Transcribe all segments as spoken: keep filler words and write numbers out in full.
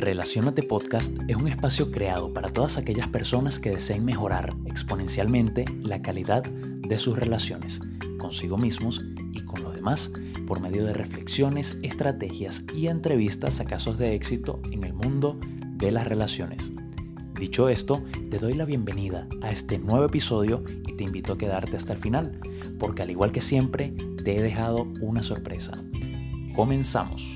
Relaciónate Podcast es un espacio creado para todas aquellas personas que deseen mejorar exponencialmente la calidad de sus relaciones consigo mismos y con los demás por medio de reflexiones, estrategias y entrevistas a casos de éxito en el mundo de las relaciones. Dicho esto, te doy la bienvenida a este nuevo episodio y te invito a quedarte hasta el final, porque al igual que siempre, te he dejado una sorpresa. Comenzamos.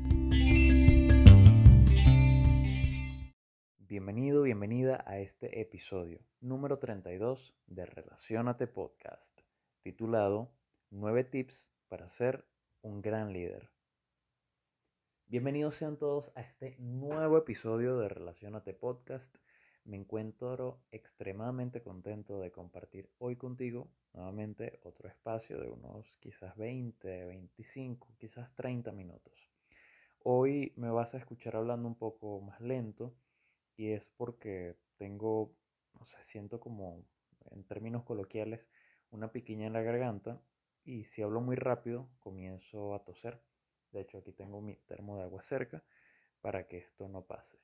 Bienvenido, bienvenida a este episodio número treinta y dos de Relaciónate Podcast, titulado nueve tips para ser un gran líder. Bienvenidos sean todos a este nuevo episodio de Relaciónate Podcast. Me encuentro extremadamente contento de compartir hoy contigo nuevamente otro espacio de unos quizás veinte, veinticinco, quizás treinta minutos. Hoy me vas a escuchar hablando un poco más lento. Y es porque tengo, no sé, siento como, en términos coloquiales, una piquiña en la garganta y si hablo muy rápido comienzo a toser. De hecho, aquí tengo mi termo de agua cerca para que esto no pase.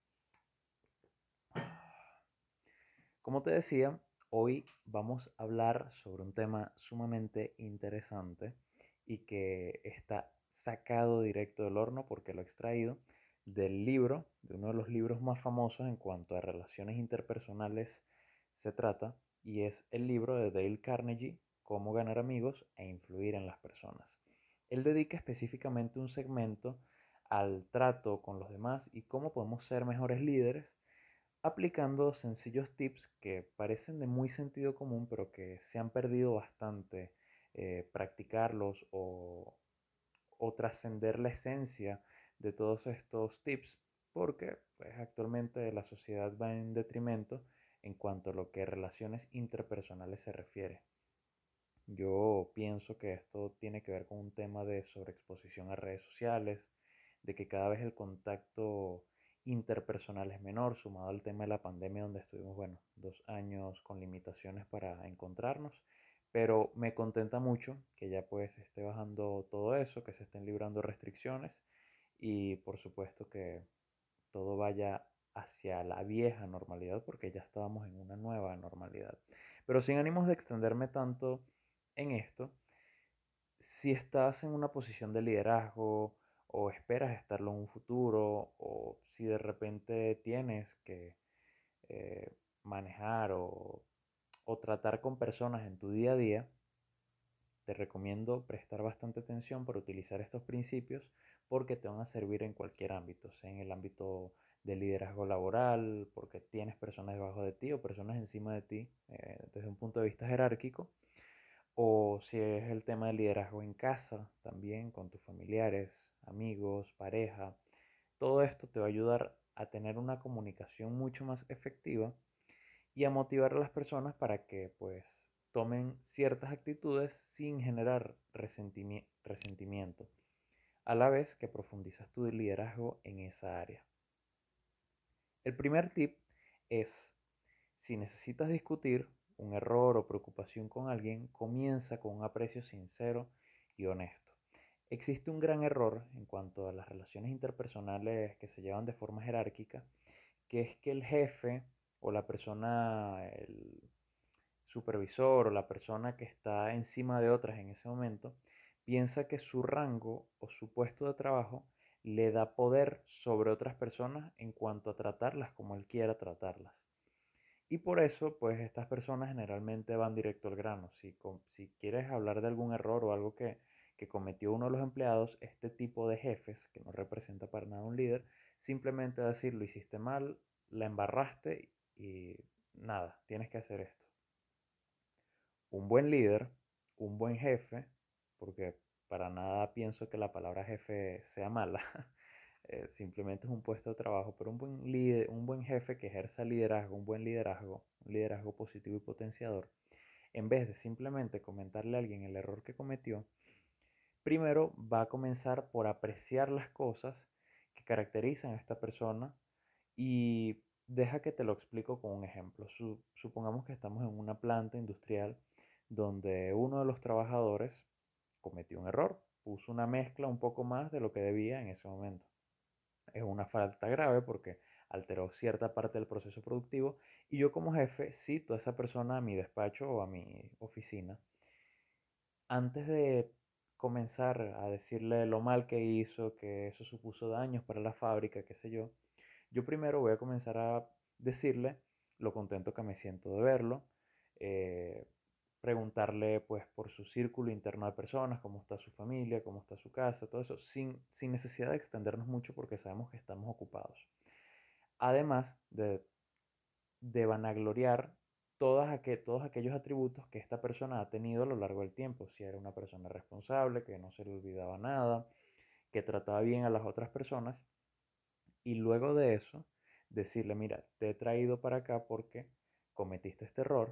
Como te decía, hoy vamos a hablar sobre un tema sumamente interesante y que está sacado directo del horno porque lo he extraído del libro, de uno de los libros más famosos en cuanto a relaciones interpersonales se trata, y es el libro de Dale Carnegie, Cómo ganar amigos e influir en las personas. Él dedica específicamente un segmento al trato con los demás y cómo podemos ser mejores líderes aplicando sencillos tips que parecen de muy sentido común, pero que se han perdido bastante eh, practicarlos o, o trascender la esencia de todos estos tips, porque pues, actualmente la sociedad va en detrimento en cuanto a lo que relaciones interpersonales se refiere. Yo pienso que esto tiene que ver con un tema de sobreexposición a redes sociales, de que cada vez el contacto interpersonal es menor, sumado al tema de la pandemia donde estuvimos, bueno, dos años con limitaciones para encontrarnos, pero me contenta mucho que ya pues esté bajando todo eso, que se estén librando restricciones y por supuesto que todo vaya hacia la vieja normalidad porque ya estábamos en una nueva normalidad. Pero sin ánimos de extenderme tanto en esto, si estás en una posición de liderazgo o esperas estarlo en un futuro, o si de repente tienes que eh, manejar o, o tratar con personas en tu día a día, te recomiendo prestar bastante atención para utilizar estos principios porque te van a servir en cualquier ámbito, sea en el ámbito de liderazgo laboral, porque tienes personas debajo de ti o personas encima de ti eh, desde un punto de vista jerárquico, o si es el tema de liderazgo en casa, también con tus familiares, amigos, pareja. Todo esto te va a ayudar a tener una comunicación mucho más efectiva y a motivar a las personas para que pues tomen ciertas actitudes sin generar resentimi- resentimiento, a la vez que profundizas tu liderazgo en esa área. El primer tip es, si necesitas discutir un error o preocupación con alguien, comienza con un aprecio sincero y honesto. Existe un gran error en cuanto a las relaciones interpersonales que se llevan de forma jerárquica, que es que el jefe o la persona, el supervisor o la persona que está encima de otras en ese momento, piensa que su rango o su puesto de trabajo le da poder sobre otras personas en cuanto a tratarlas como él quiera tratarlas. Y por eso, pues estas personas generalmente van directo al grano. Si, si quieres hablar de algún error o algo que, que cometió uno de los empleados, este tipo de jefes, que no representa para nada un líder, simplemente va a decir, lo hiciste mal, la embarraste y nada, tienes que hacer esto. Un buen líder, un buen jefe, porque para nada pienso que la palabra jefe sea mala, eh, simplemente es un puesto de trabajo, pero un buen líder, un buen jefe que ejerza liderazgo, un buen liderazgo, un liderazgo positivo y potenciador, en vez de simplemente comentarle a alguien el error que cometió, primero va a comenzar por apreciar las cosas que caracterizan a esta persona y deja que te lo explico con un ejemplo. Su- supongamos que estamos en una planta industrial donde uno de los trabajadores cometió un error, puso una mezcla un poco más de lo que debía en ese momento. es una falta grave porque alteró cierta parte del proceso productivo y yo como jefe cito a esa persona a mi despacho o a mi oficina. Antes de comenzar a decirle lo mal que hizo, que eso supuso daños para la fábrica, qué sé yo, yo primero voy a comenzar a decirle lo contento que me siento de verlo, eh, preguntarle pues por su círculo interno de personas, cómo está su familia, cómo está su casa, todo eso, sin, sin necesidad de extendernos mucho porque sabemos que estamos ocupados. Además de, de vanagloriar todas aqu todos aquellos atributos que esta persona ha tenido a lo largo del tiempo. Si era una persona responsable, que no se le olvidaba nada, que trataba bien a las otras personas. Y luego de eso, decirle, mira, te he traído para acá porque cometiste este error.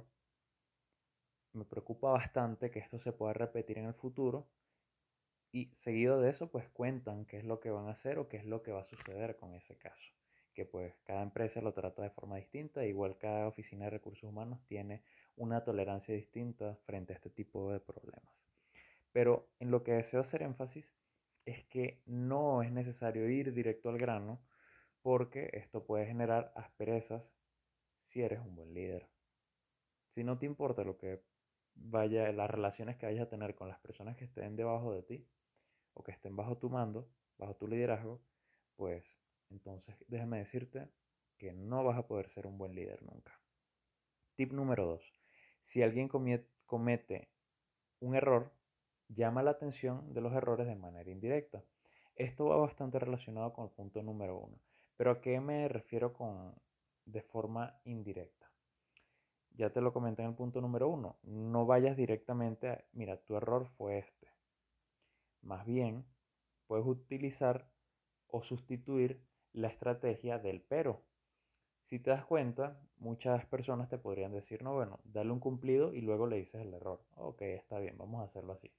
Me preocupa bastante que esto se pueda repetir en el futuro. Y seguido de eso, pues cuentan qué es lo que van a hacer o qué es lo que va a suceder con ese caso. Que pues cada empresa lo trata de forma distinta, igual cada oficina de recursos humanos tiene una tolerancia distinta frente a este tipo de problemas. Pero en lo que deseo hacer énfasis es que no es necesario ir directo al grano porque esto puede generar asperezas si eres un buen líder. Si no te importa lo que vaya, las relaciones que vayas a tener con las personas que estén debajo de ti, o que estén bajo tu mando, bajo tu liderazgo, pues entonces déjame decirte que no vas a poder ser un buen líder nunca. Tip número dos. Si alguien comete un error, llama la atención de los errores de manera indirecta. Esto va bastante relacionado con el punto número uno. Pero ¿a qué me refiero con de forma indirecta? Ya te lo comenté en el punto número uno. No vayas directamente a, mira, tu error fue este. Más bien, puedes utilizar o sustituir la estrategia del pero. Si te das cuenta, muchas personas te podrían decir, no, bueno, dale un cumplido y luego le dices el error. Ok, está bien, vamos a hacerlo así.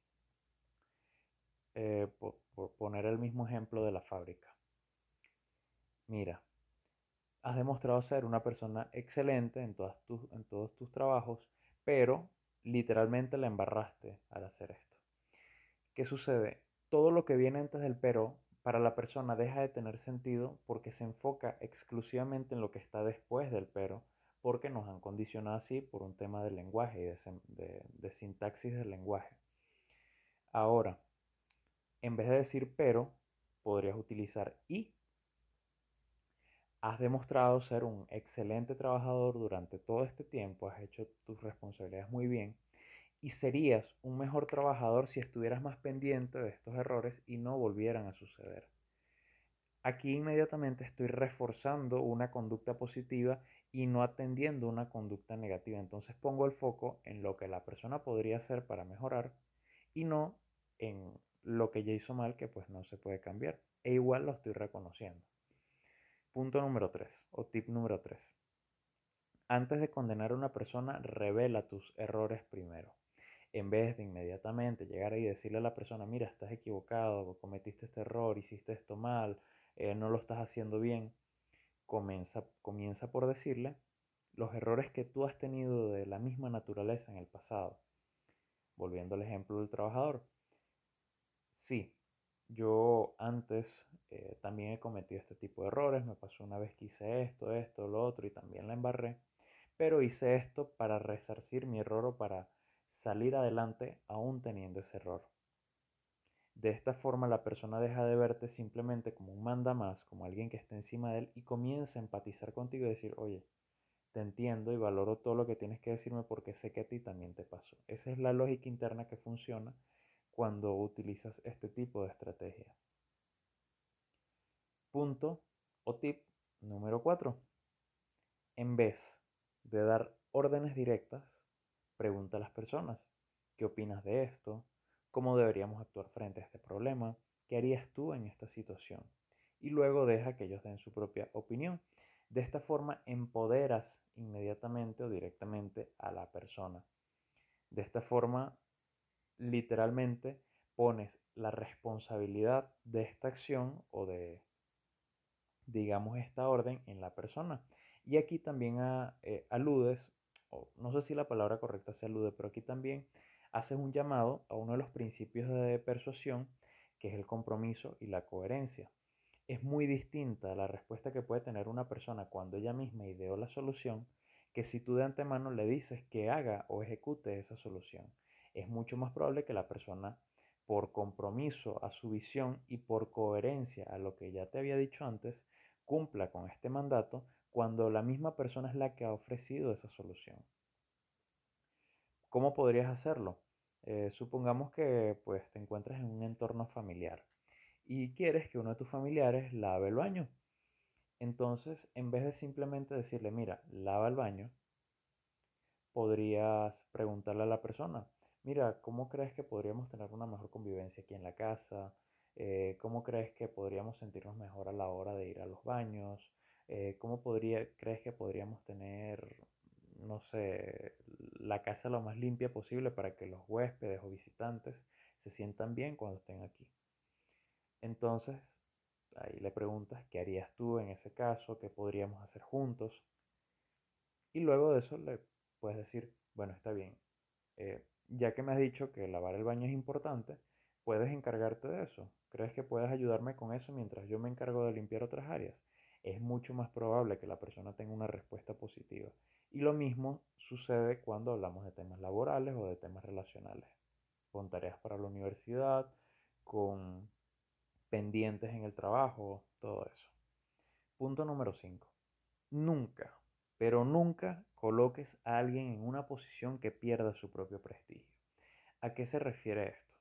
Eh, por, por poner el mismo ejemplo de la fábrica. Mira, has demostrado ser una persona excelente en, todas tus, en todos tus trabajos, pero literalmente la embarraste al hacer esto. ¿Qué sucede? Todo lo que viene antes del pero para la persona deja de tener sentido porque se enfoca exclusivamente en lo que está después del pero, porque nos han condicionado así por un tema del lenguaje y de, de, de sintaxis del lenguaje. Ahora, en vez de decir pero, podrías utilizar y. Has demostrado ser un excelente trabajador durante todo este tiempo, has hecho tus responsabilidades muy bien y serías un mejor trabajador si estuvieras más pendiente de estos errores y no volvieran a suceder. Aquí inmediatamente estoy reforzando una conducta positiva y no atendiendo una conducta negativa. Entonces pongo el foco en lo que la persona podría hacer para mejorar y no en lo que ya hizo mal, que pues no se puede cambiar. E igual lo estoy reconociendo. Punto número tres o tip número tres. Antes de condenar a una persona, revela tus errores primero. En vez de inmediatamente llegar ahí y decirle a la persona, mira, estás equivocado, cometiste este error, hiciste esto mal, eh, no lo estás haciendo bien, comienza, comienza por decirle los errores que tú has tenido de la misma naturaleza en el pasado. Volviendo al ejemplo del trabajador. Sí, yo antes eh, también he cometido este tipo de errores, me pasó una vez que hice esto, esto, lo otro y también la embarré, pero hice esto para resarcir mi error o para salir adelante aún teniendo ese error. De esta forma la persona deja de verte simplemente como un mandamás, como alguien que está encima de él y comienza a empatizar contigo y decir, oye, te entiendo y valoro todo lo que tienes que decirme porque sé que a ti también te pasó. Esa es la lógica interna que funciona cuando utilizas este tipo de estrategia. Punto o tip número cuatro. En vez de dar órdenes directas, pregunta a las personas, ¿qué opinas de esto? ¿Cómo deberíamos actuar frente a este problema? ¿Qué harías tú en esta situación? Y luego deja que ellos den su propia opinión. De esta forma empoderas inmediatamente o directamente a la persona. De esta forma, literalmente, pones la responsabilidad de esta acción o de, digamos, esta orden en la persona. Y aquí también a, eh, aludes, o no sé si la palabra correcta se alude, pero aquí también haces un llamado a uno de los principios de persuasión, que es el compromiso y la coherencia. es muy distinta a la respuesta que puede tener una persona cuando ella misma ideó la solución, que si tú de antemano le dices que haga o ejecute esa solución. Es mucho más probable que la persona, por compromiso a su visión y por coherencia a lo que ya te había dicho antes, cumpla con este mandato cuando la misma persona es la que ha ofrecido esa solución. ¿Cómo podrías hacerlo? Eh, supongamos que pues, te encuentras en un entorno familiar y quieres que uno de tus familiares lave el baño. Entonces, en vez de simplemente decirle, mira, lava el baño, podrías preguntarle a la persona, mira, ¿cómo crees que podríamos tener una mejor convivencia aquí en la casa? Eh, ¿cómo crees que podríamos sentirnos mejor a la hora de ir a los baños? Eh, ¿cómo podría, crees que podríamos tener, no sé, la casa lo más limpia posible para que los huéspedes o visitantes se sientan bien cuando estén aquí? Entonces, ahí le preguntas, ¿qué harías tú en ese caso? ¿Qué podríamos hacer juntos? Y luego de eso le puedes decir, bueno, está bien, eh, ya que me has dicho que lavar el baño es importante, puedes encargarte de eso. ¿Crees que puedes ayudarme con eso mientras yo me encargo de limpiar otras áreas? Es mucho más probable que la persona tenga una respuesta positiva. Y lo mismo sucede cuando hablamos de temas laborales o de temas relacionales, con tareas para la universidad, con pendientes en el trabajo, todo eso. Punto número cinco. Nunca, pero nunca coloques a alguien en una posición que pierda su propio prestigio. ¿A qué se refiere esto?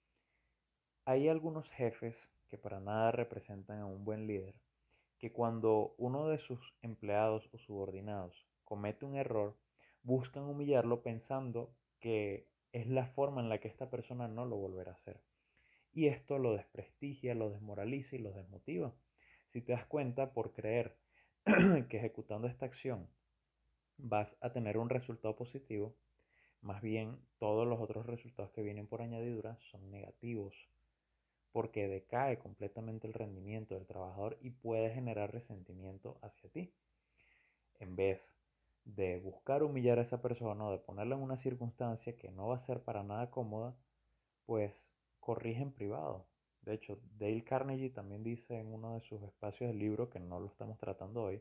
Hay algunos jefes que para nada representan a un buen líder, que cuando uno de sus empleados o subordinados comete un error, buscan humillarlo pensando que es la forma en la que esta persona no lo volverá a hacer. Y esto lo desprestigia, lo desmoraliza y lo desmotiva. Si te das cuenta, por creer que ejecutando esta acción vas a tener un resultado positivo, más bien todos los otros resultados que vienen por añadidura son negativos, porque decae completamente el rendimiento del trabajador y puede generar resentimiento hacia ti. En vez de buscar humillar a esa persona o de ponerla en una circunstancia que no va a ser para nada cómoda, pues corrige en privado. De hecho, Dale Carnegie también dice en uno de sus espacios del libro, que no lo estamos tratando hoy,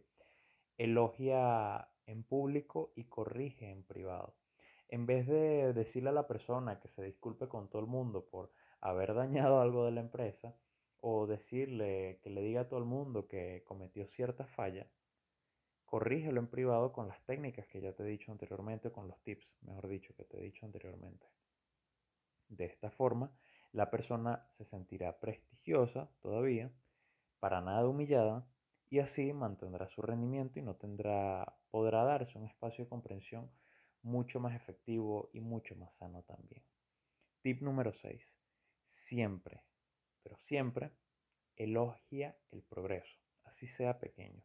elogia en público y corrige en privado. En vez de decirle a la persona que se disculpe con todo el mundo por haber dañado algo de la empresa, o decirle que le diga a todo el mundo que cometió cierta falla, corrígelo en privado con las técnicas que ya te he dicho anteriormente, con los tips, mejor dicho, que te he dicho anteriormente. De esta forma, la persona se sentirá prestigiosa todavía, para nada humillada, y así mantendrá su rendimiento y no tendrá, podrá darse un espacio de comprensión mucho más efectivo y mucho más sano también. Tip número seis. Siempre, pero siempre, elogia el progreso, así sea pequeño.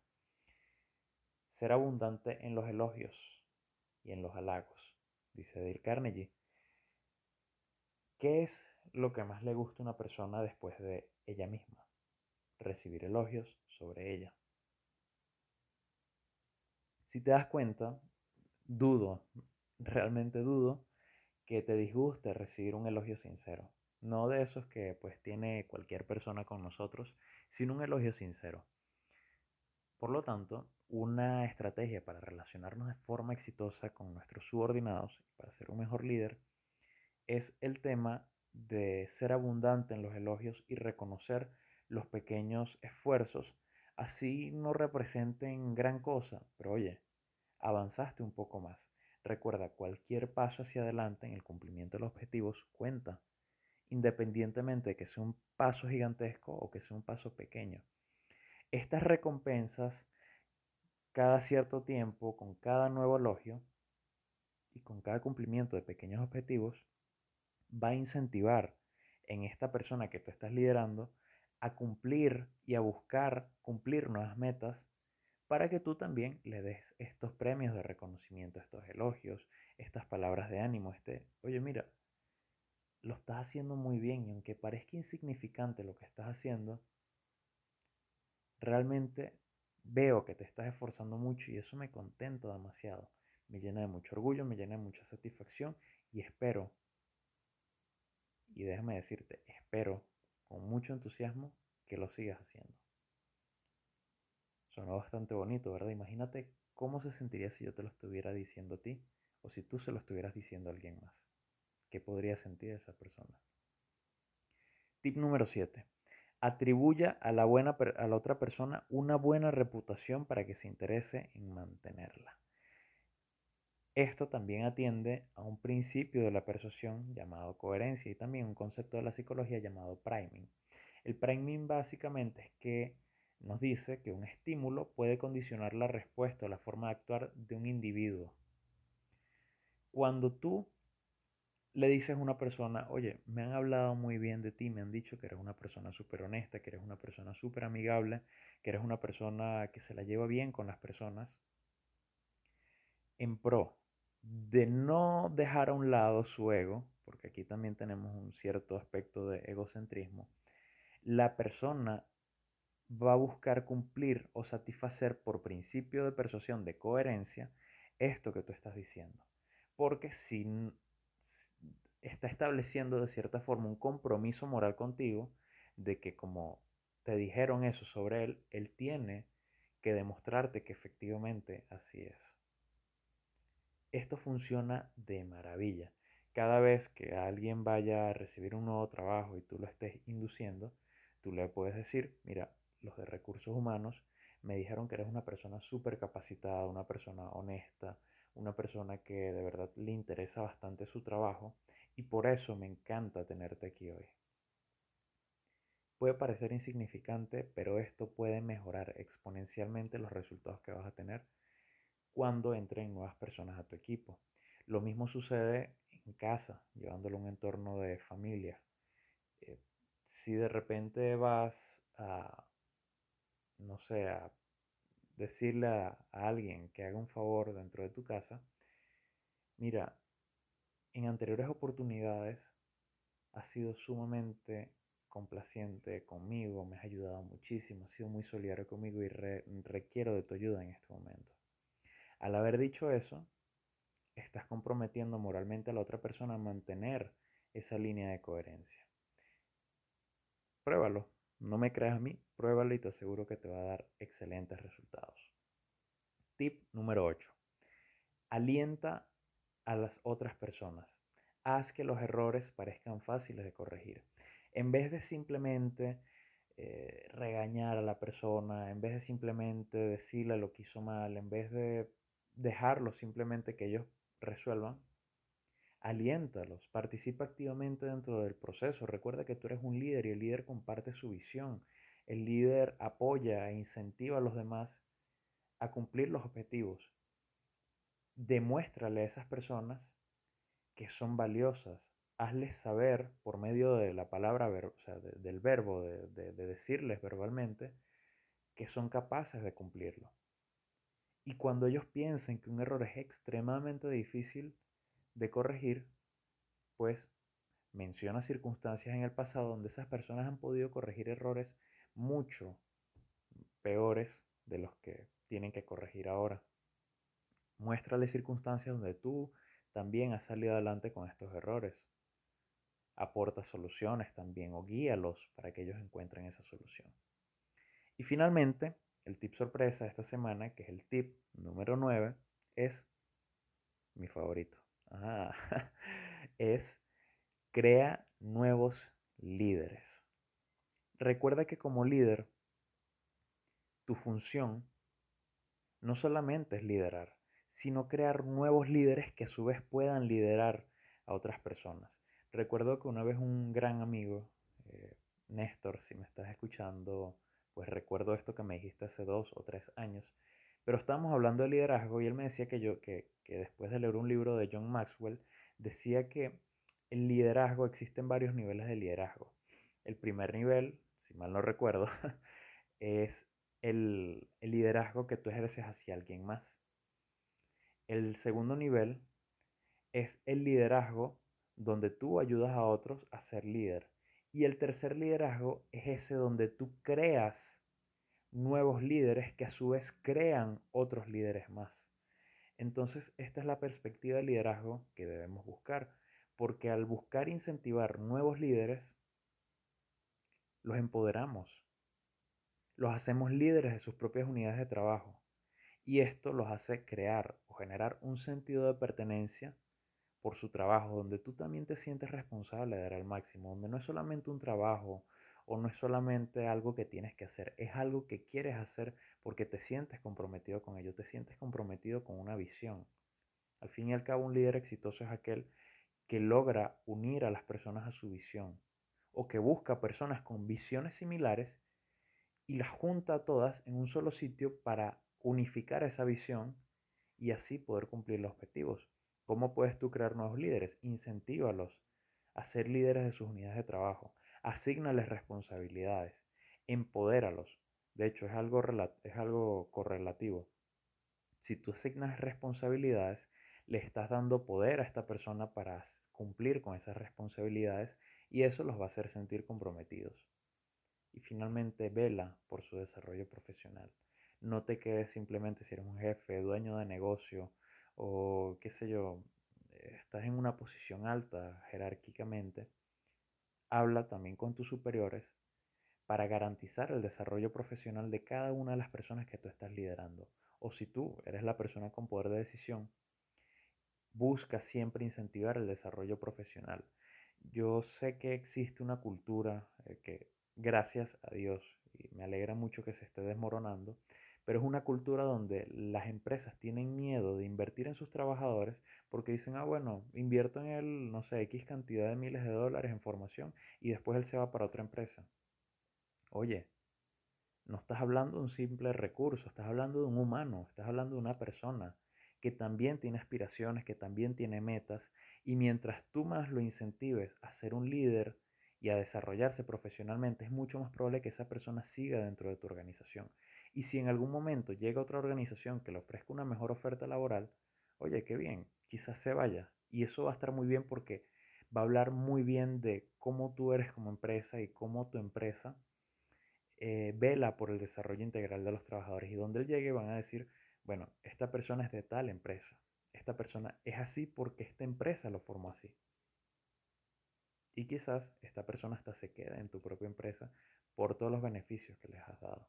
Ser abundante en los elogios y en los halagos, dice Dale Carnegie. ¿Qué es lo que más le gusta a una persona después de ella misma? Recibir elogios sobre ella. Si te das cuenta, dudo, realmente dudo, que te disguste recibir un elogio sincero. No de esos que pues tiene cualquier persona con nosotros, sino un elogio sincero. Por lo tanto, una estrategia para relacionarnos de forma exitosa con nuestros subordinados y para ser un mejor líder es el tema de ser abundante en los elogios y reconocer los pequeños esfuerzos, así no representen gran cosa, pero oye, avanzaste un poco más. Recuerda, cualquier paso hacia adelante en el cumplimiento de los objetivos cuenta, independientemente de que sea un paso gigantesco o que sea un paso pequeño. Estas recompensas, cada cierto tiempo, con cada nuevo elogio y con cada cumplimiento de pequeños objetivos, va a incentivar en esta persona que tú estás liderando a cumplir y a buscar cumplir nuevas metas para que tú también le des estos premios de reconocimiento, estos elogios, estas palabras de ánimo, este, oye, mira, lo estás haciendo muy bien y aunque parezca insignificante lo que estás haciendo, realmente veo que te estás esforzando mucho y eso me contenta demasiado. Me llena de mucho orgullo, me llena de mucha satisfacción y espero, y déjame decirte, espero con mucho entusiasmo que lo sigas haciendo. Sonó bastante bonito, ¿verdad? Imagínate cómo se sentiría si yo te lo estuviera diciendo a ti o si tú se lo estuvieras diciendo a alguien más. ¿Qué podría sentir esa persona? Tip número siete. Atribuya a la, buena, a la otra persona una buena reputación para que se interese en mantenerla. Esto también atiende a un principio de la persuasión llamado coherencia y también un concepto de la psicología llamado priming. El priming básicamente es que nos dice que un estímulo puede condicionar la respuesta o la forma de actuar de un individuo. Cuando tú le dices a una persona, oye, me han hablado muy bien de ti, me han dicho que eres una persona súper honesta, que eres una persona súper amigable, que eres una persona que se la lleva bien con las personas, en pro de no dejar a un lado su ego, porque aquí también tenemos un cierto aspecto de egocentrismo, la persona va a buscar cumplir o satisfacer por principio de persuasión de coherencia esto que tú estás diciendo. Porque si está estableciendo de cierta forma un compromiso moral contigo de que como te dijeron eso sobre él, él tiene que demostrarte que efectivamente así es. Esto funciona de maravilla. Cada vez que alguien vaya a recibir un nuevo trabajo y tú lo estés induciendo, tú le puedes decir, mira, los de recursos humanos me dijeron que eres una persona súper capacitada, una persona honesta, una persona que de verdad le interesa bastante su trabajo y por eso me encanta tenerte aquí hoy. Puede parecer insignificante, pero esto puede mejorar exponencialmente los resultados que vas a tener cuando entren nuevas personas a tu equipo. Lo mismo sucede en casa, llevándolo a un entorno de familia. Eh, si de repente vas a, no sé, a decirle a, a alguien que haga un favor dentro de tu casa, mira, en anteriores oportunidades has sido sumamente complaciente conmigo, me has ayudado muchísimo, has sido muy solidario conmigo y re requiero de tu ayuda en este momento. Al haber dicho eso, estás comprometiendo moralmente a la otra persona a mantener esa línea de coherencia. Pruébalo. No me creas a mí, pruébalo y te aseguro que te va a dar excelentes resultados. Tip número ocho. Alienta a las otras personas. Haz que los errores parezcan fáciles de corregir. En vez de simplemente eh, regañar a la persona, en vez de simplemente decirle lo que hizo mal, en vez de dejarlo simplemente que ellos resuelvan, aliéntalos, participa activamente dentro del proceso. Recuerda que tú eres un líder y el líder comparte su visión. El líder apoya e incentiva a los demás a cumplir los objetivos. Demuéstrale a esas personas que son valiosas. Hazles saber por medio de la palabra, o sea, de, del verbo, de, de, de decirles verbalmente que son capaces de cumplirlo. Y cuando ellos piensen que un error es extremadamente difícil de corregir, pues menciona circunstancias en el pasado donde esas personas han podido corregir errores mucho peores de los que tienen que corregir ahora. Muéstrale circunstancias donde tú también has salido adelante con estos errores. Aporta soluciones también o guíalos para que ellos encuentren esa solución. Y finalmente, el tip sorpresa de esta semana, que es el tip número nueve, es mi favorito. Ah, es crea nuevos líderes. Recuerda que como líder, tu función no solamente es liderar, sino crear nuevos líderes que a su vez puedan liderar a otras personas. Recuerdo que una vez un gran amigo, eh, Néstor, si me estás escuchando, pues recuerdo esto que me dijiste hace dos o tres años, pero estábamos hablando de liderazgo y él me decía que yo, que, que después de leer un libro de John Maxwell, decía que el liderazgo, existen varios niveles de liderazgo. El primer nivel, si mal no recuerdo, es el, el liderazgo que tú ejerces hacia alguien más. El segundo nivel es el liderazgo donde tú ayudas a otros a ser líder. Y el tercer liderazgo es ese donde tú creas nuevos líderes que a su vez crean otros líderes más. Entonces, esta es la perspectiva de liderazgo que debemos buscar, porque al buscar incentivar nuevos líderes, los empoderamos. Los hacemos líderes de sus propias unidades de trabajo. Y esto los hace crear o generar un sentido de pertenencia por su trabajo, donde tú también te sientes responsable de dar al máximo, donde no es solamente un trabajo o no es solamente algo que tienes que hacer, es algo que quieres hacer porque te sientes comprometido con ello, te sientes comprometido con una visión. Al fin y al cabo, un líder exitoso es aquel que logra unir a las personas a su visión o que busca personas con visiones similares y las junta a todas en un solo sitio para unificar esa visión y así poder cumplir los objetivos. ¿Cómo puedes tú crear nuevos líderes? Incentívalos a ser líderes de sus unidades de trabajo. Asígnales responsabilidades. Empodéralos. De hecho, es algo, es algo correlativo. Si tú asignas responsabilidades, le estás dando poder a esta persona para cumplir con esas responsabilidades y eso los va a hacer sentir comprometidos. Y finalmente, vela por su desarrollo profesional. No te quedes simplemente si eres un jefe, dueño de negocio o qué sé yo, estás en una posición alta jerárquicamente. Habla también con tus superiores para garantizar el desarrollo profesional de cada una de las personas que tú estás liderando. O si tú eres la persona con poder de decisión, busca siempre incentivar el desarrollo profesional. Yo sé que existe una cultura eh, que, gracias a Dios, y me alegra mucho que se esté desmoronando, pero es una cultura donde las empresas tienen miedo de invertir en sus trabajadores porque dicen, ah, bueno, invierto en él, no sé, X cantidad de miles de dólares en formación y después él se va para otra empresa. Oye, no estás hablando de un simple recurso, estás hablando de un humano, estás hablando de una persona que también tiene aspiraciones, que también tiene metas, y mientras tú más lo incentives a ser un líder y a desarrollarse profesionalmente, es mucho más probable que esa persona siga dentro de tu organización. Y si en algún momento llega otra organización que le ofrezca una mejor oferta laboral, oye, qué bien, quizás se vaya. Y eso va a estar muy bien porque va a hablar muy bien de cómo tú eres como empresa y cómo tu empresa eh, vela por el desarrollo integral de los trabajadores y donde él llegue van a decir, bueno, esta persona es de tal empresa, esta persona es así porque esta empresa lo formó así. Y quizás esta persona hasta se quede en tu propia empresa por todos los beneficios que les has dado.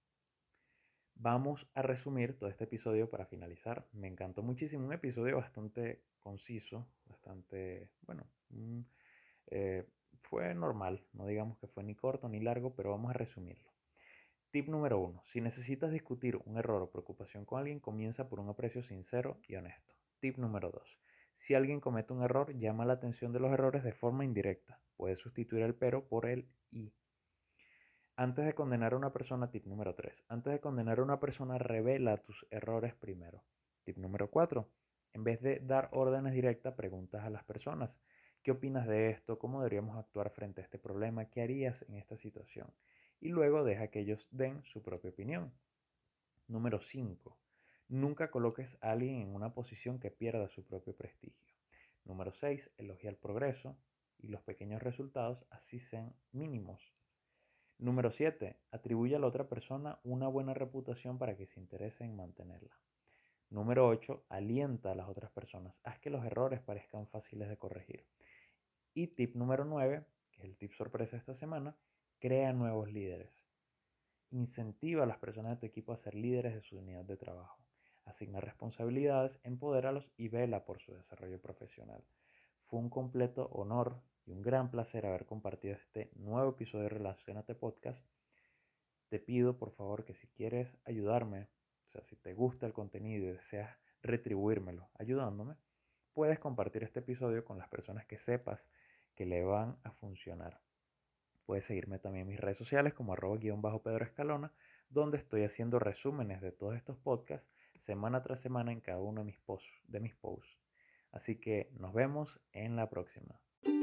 Vamos a resumir todo este episodio para finalizar. Me encantó muchísimo, un episodio bastante conciso, bastante, bueno, mm, eh, fue normal, no digamos que fue ni corto ni largo, pero vamos a resumirlo. Tip número uno. Si necesitas discutir un error o preocupación con alguien, comienza por un aprecio sincero y honesto. Tip número dos. Si alguien comete un error, llama la atención de los errores de forma indirecta. Puedes sustituir el pero por el y. Antes de condenar a una persona, tip número tres. Antes de condenar a una persona, revela tus errores primero. Tip número cuatro. En vez de dar órdenes directas, preguntas a las personas. ¿Qué opinas de esto? ¿Cómo deberíamos actuar frente a este problema? ¿Qué harías en esta situación? Y luego deja que ellos den su propia opinión. Número cinco. Nunca coloques a alguien en una posición que pierda su propio prestigio. Número seis. Elogia el progreso y los pequeños resultados, así sean mínimos. Número siete. Atribuye a la otra persona una buena reputación para que se interese en mantenerla. Número ocho. Alienta a las otras personas. Haz que los errores parezcan fáciles de corregir. Y tip número nueve, que es el tip sorpresa de esta semana, crea nuevos líderes. Incentiva a las personas de tu equipo a ser líderes de su unidad de trabajo. Asigna responsabilidades, empodéralos y vela por su desarrollo profesional. Fue un completo honor y un gran placer haber compartido este nuevo episodio de Relacionate Podcast. Te pido por favor que si quieres ayudarme, o sea, si te gusta el contenido y deseas retribuírmelo ayudándome, puedes compartir este episodio con las personas que sepas que le van a funcionar. Puedes seguirme también en mis redes sociales como arroba guión bajo Pedro Escalona, donde estoy haciendo resúmenes de todos estos podcasts semana tras semana en cada uno de mis posts. De mis posts. Así que nos vemos en la próxima.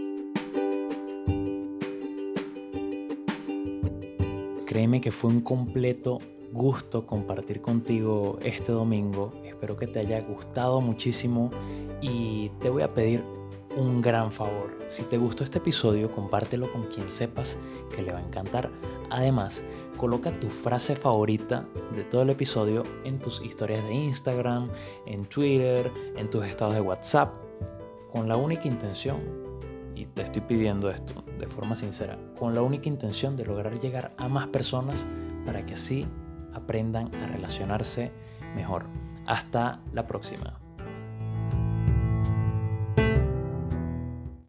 Créeme que fue un completo gusto compartir contigo este domingo. Espero que te haya gustado muchísimo y te voy a pedir un gran favor. Si te gustó este episodio, compártelo con quien sepas que le va a encantar. Además, coloca tu frase favorita de todo el episodio en tus historias de Instagram, en Twitter, en tus estados de WhatsApp, con la única intención, y te estoy pidiendo esto de forma sincera, con la única intención de lograr llegar a más personas para que así aprendan a relacionarse mejor. Hasta la próxima.